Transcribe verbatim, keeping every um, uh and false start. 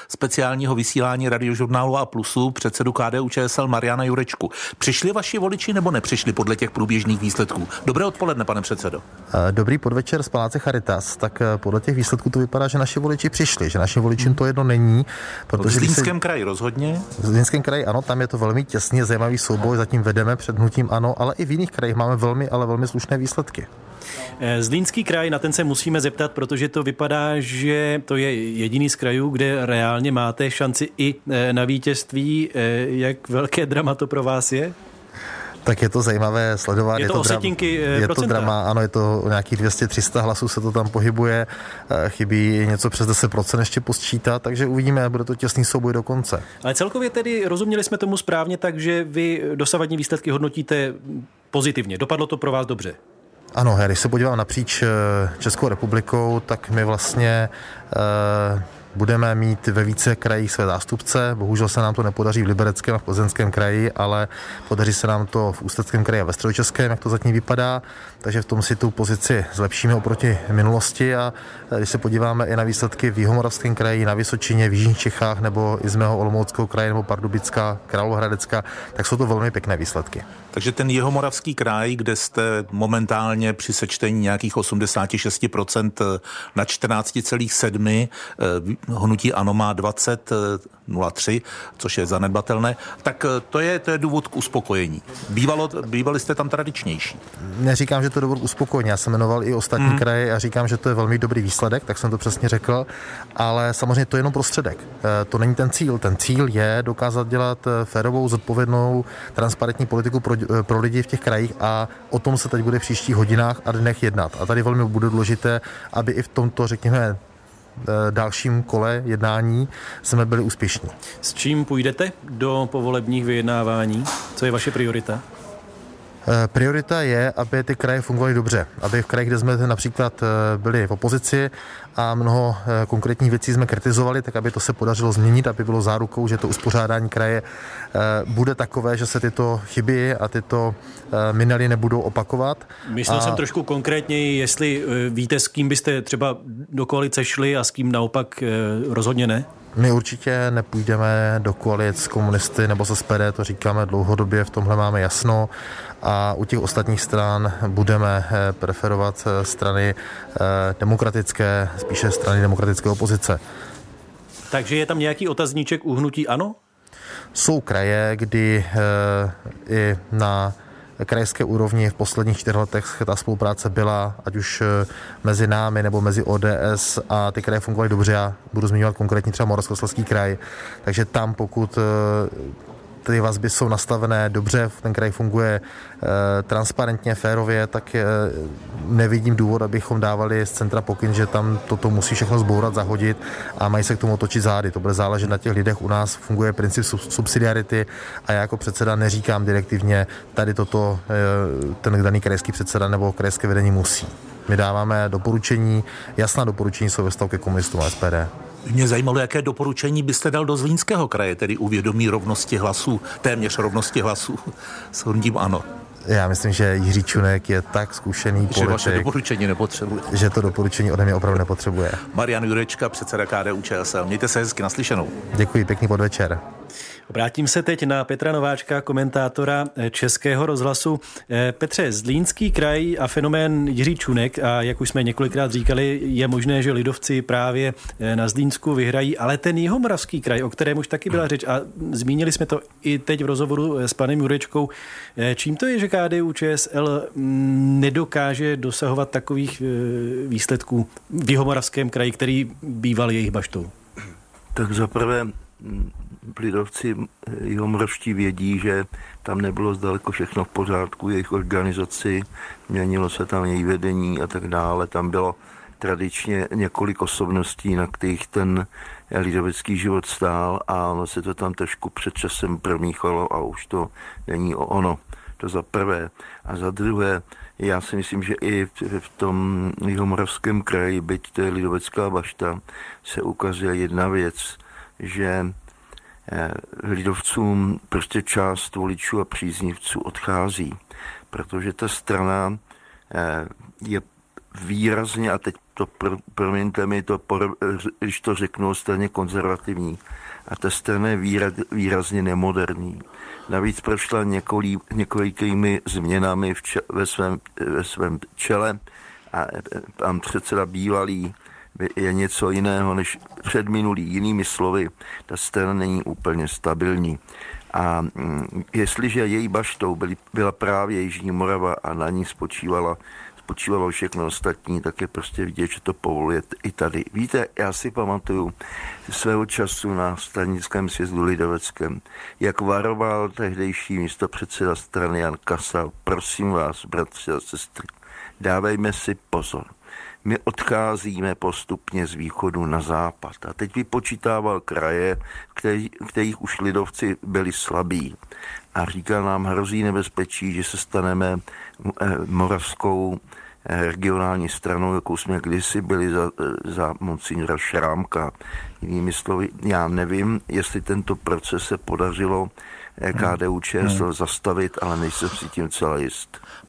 speciálního vysílání Radiožurnálu A Plusu předsedu K D U Č S L Mariana Jurečku. Přišli vaši voliči nebo nepřišli podle těch průběžných výsledků? Dobré odpoledne, pane předsedo. Dobrý podvečer z Paláce Charitas. Tak podle těch výsledků to vypadá, že naši voliči přišli, že našim voličům to jedno není. Protože v Zlínském se... kraji rozhodně? V Zlínském kraji ano, tam je to velmi těsně, zajímavý souboj, zatím vedeme před hnutím ANO, ale i v jiných krajích máme velmi, ale velmi slušné výsledky. Zlínský kraj, na ten se musíme zeptat, protože to vypadá, že to je jediný z krajů, kde reálně máte šanci i na vítězství. Jak velké drama to pro vás je? Tak je to zajímavé sledovat. Je to, je to osetinky dram, Je to drama, ano, je to nějakých dvě stě tři sta hlasů se to tam pohybuje, chybí něco přes deset procent ještě posčítat, takže uvidíme, bude to těsný souboj do konce. Ale celkově tedy rozuměli jsme tomu správně, takže vy dosavadní výsledky hodnotíte pozitivně. Dopadlo to pro vás dobře? Ano, když se podívám napříč Českou republikou, tak my vlastně uh, budeme mít ve více krajích své zástupce. Bohužel se nám to nepodaří v Libereckém a v Plzeňském kraji, ale podaří se nám to v Ústeckém kraji a ve Středočeském, jak to zatím vypadá. Takže v tom si tu pozici zlepšíme oproti minulosti a když se podíváme i na výsledky v Jihomoravském kraji, na Vysočině, v Jižních Čechách nebo i z mého Olomouckého kraje nebo Pardubická, Královéhradecká, tak jsou to velmi pěkné výsledky. Takže ten Jihomoravský kraj, kde jste momentálně při sečtení nějakých osmdesát šest procent na čtrnáct celá sedm, hnutí ANO má dvacet celá nula tři, což je zanedbatelné, tak to je, to je důvod k uspokojení. Bývalo, bývali jste tam tradičnější. Neříkám, že to je důvod k uspokojení. Já jsem jmenoval i ostatní hmm. kraje a říkám, že to je velmi dobrý výsledek, tak jsem to přesně řekl, ale samozřejmě to je jenom prostředek. To není ten cíl. Ten cíl je dokázat dělat férovou, zodpovědnou, transparentní politiku pro, pro lidi v těch krajích a o tom se teď bude v příštích hodinách a dnech jednat. A tady velmi bude důležité, aby i v tomto, řekněme, dalším kole jednání jsme byli úspěšní. S čím půjdete do povolebních vyjednávání? Co je vaše priorita? Priorita je, aby ty kraje fungovaly dobře. Aby v krajích, kde jsme například byli v opozici a mnoho konkrétních věcí jsme kritizovali, tak aby to se podařilo změnit, aby bylo zárukou, že to uspořádání kraje bude takové, že se tyto chyby a tyto minely nebudou opakovat. Myslel a... jsem trošku konkrétněji, jestli víte, s kým byste třeba do koalice šli a s kým naopak rozhodně ne? My určitě nepůjdeme do koalic s komunisty nebo s S P D, to říkáme dlouhodobě, v tomhle máme jasno a u těch ostatních stran budeme preferovat strany demokratické, spíše strany demokratické opozice. Takže je tam nějaký otazníček u hnutí ANO? Jsou kraje, kdy i na krajské úrovni v posledních čtyřech letech ta spolupráce byla, ať už mezi námi nebo mezi O D S a ty kraje fungovaly dobře. Já budu zmiňovat konkrétně třeba Moravskoslezský kraj. Takže tam, pokud ty vazby jsou nastavené dobře, ten kraj funguje e, transparentně, férově, tak e, nevidím důvod, abychom dávali z centra pokyn, že tam toto musí všechno zbourat, zahodit a mají se k tomu otočit zády. To bude záležet na těch lidech. U nás funguje princip subsidiarity a já jako předseda neříkám direktivně, tady toto e, ten daný krajský předseda nebo krajské vedení musí. My dáváme doporučení, jasná doporučení jsou ve vztahu ke komunistům a S P D. Mě zajímalo, jaké doporučení byste dal do Zlínského kraje, tedy uvědomí rovnosti hlasů, téměř rovnosti hlasů s hnutím ANO. Já myslím, že Jiří Čunek je tak zkušený že politik, vaše doporučení nepotřebuje. Že to doporučení ode mě opravdu nepotřebuje. Marian Jurečka, předseda K D U Č S L. Mějte se hezky, naslyšenou. Děkuji, pěkný podvečer. Obrátím se teď na Petra Nováčka, komentátora Českého rozhlasu. Petře, Zlínský kraj a fenomén Jiří Čunek, a jak už jsme několikrát říkali, je možné, že lidovci právě na Zlínsku vyhrají, ale ten Jihomoravský kraj, o kterém už taky byla řeč, a zmínili jsme to i teď v rozhovoru s panem Jurečkou, čím to je, že K D U Č S L nedokáže dosahovat takových výsledků v Jihomoravském kraji, který býval jejich baštou? Tak zaprvé lidovci jihomoravští vědí, že tam nebylo zdaleko všechno v pořádku, jejich organizaci, měnilo se tam její vedení a tak dále. Tam bylo tradičně několik osobností, na kterých ten lidovecký život stál a ono se to tam trošku před časem promíchalo a už to není o ono. To za prvé. A za druhé, já si myslím, že i v tom Jihomoravském kraji, byť to je lidovecká bašta, se ukazuje jedna věc, že lidovcům prostě část voličů a příznivců odchází, protože ta strana je výrazně, a teď to pro, promiňte mi to, když to řeknu, straně konzervativní. A ta strana je výraz, výrazně nemoderní. Navíc prošla několí, několikými změnami v če, ve, svém, ve svém čele a pan předseda bývalý je něco jiného než předminulý. Jinými slovy, ta strana není úplně stabilní. A jestliže její baštou byly, byla právě Jižní Morava a na ní spočívala spočívalo všechno ostatní, tak je prostě vidět, že to povoluje i tady. Víte, já si pamatuju svého času na stranickém sjezdu lidoveckém, jak varoval tehdejší místopředseda strany Jan Kasal: prosím vás, bratři a sestry, dávejme si pozor. My odcházíme postupně z východu na západ. A teď vypočítával kraje, který, kterých už lidovci byli slabí. A říkal, nám hrozí nebezpečí, že se staneme eh, moravskou eh, regionální stranou, jakou jsme kdysi byli za, za monsignora Šrámka. Jinými slovy, já nevím, jestli tento proces se podařilo eh, K D U Č S L hmm. zastavit, ale nejsem si tím celá jist.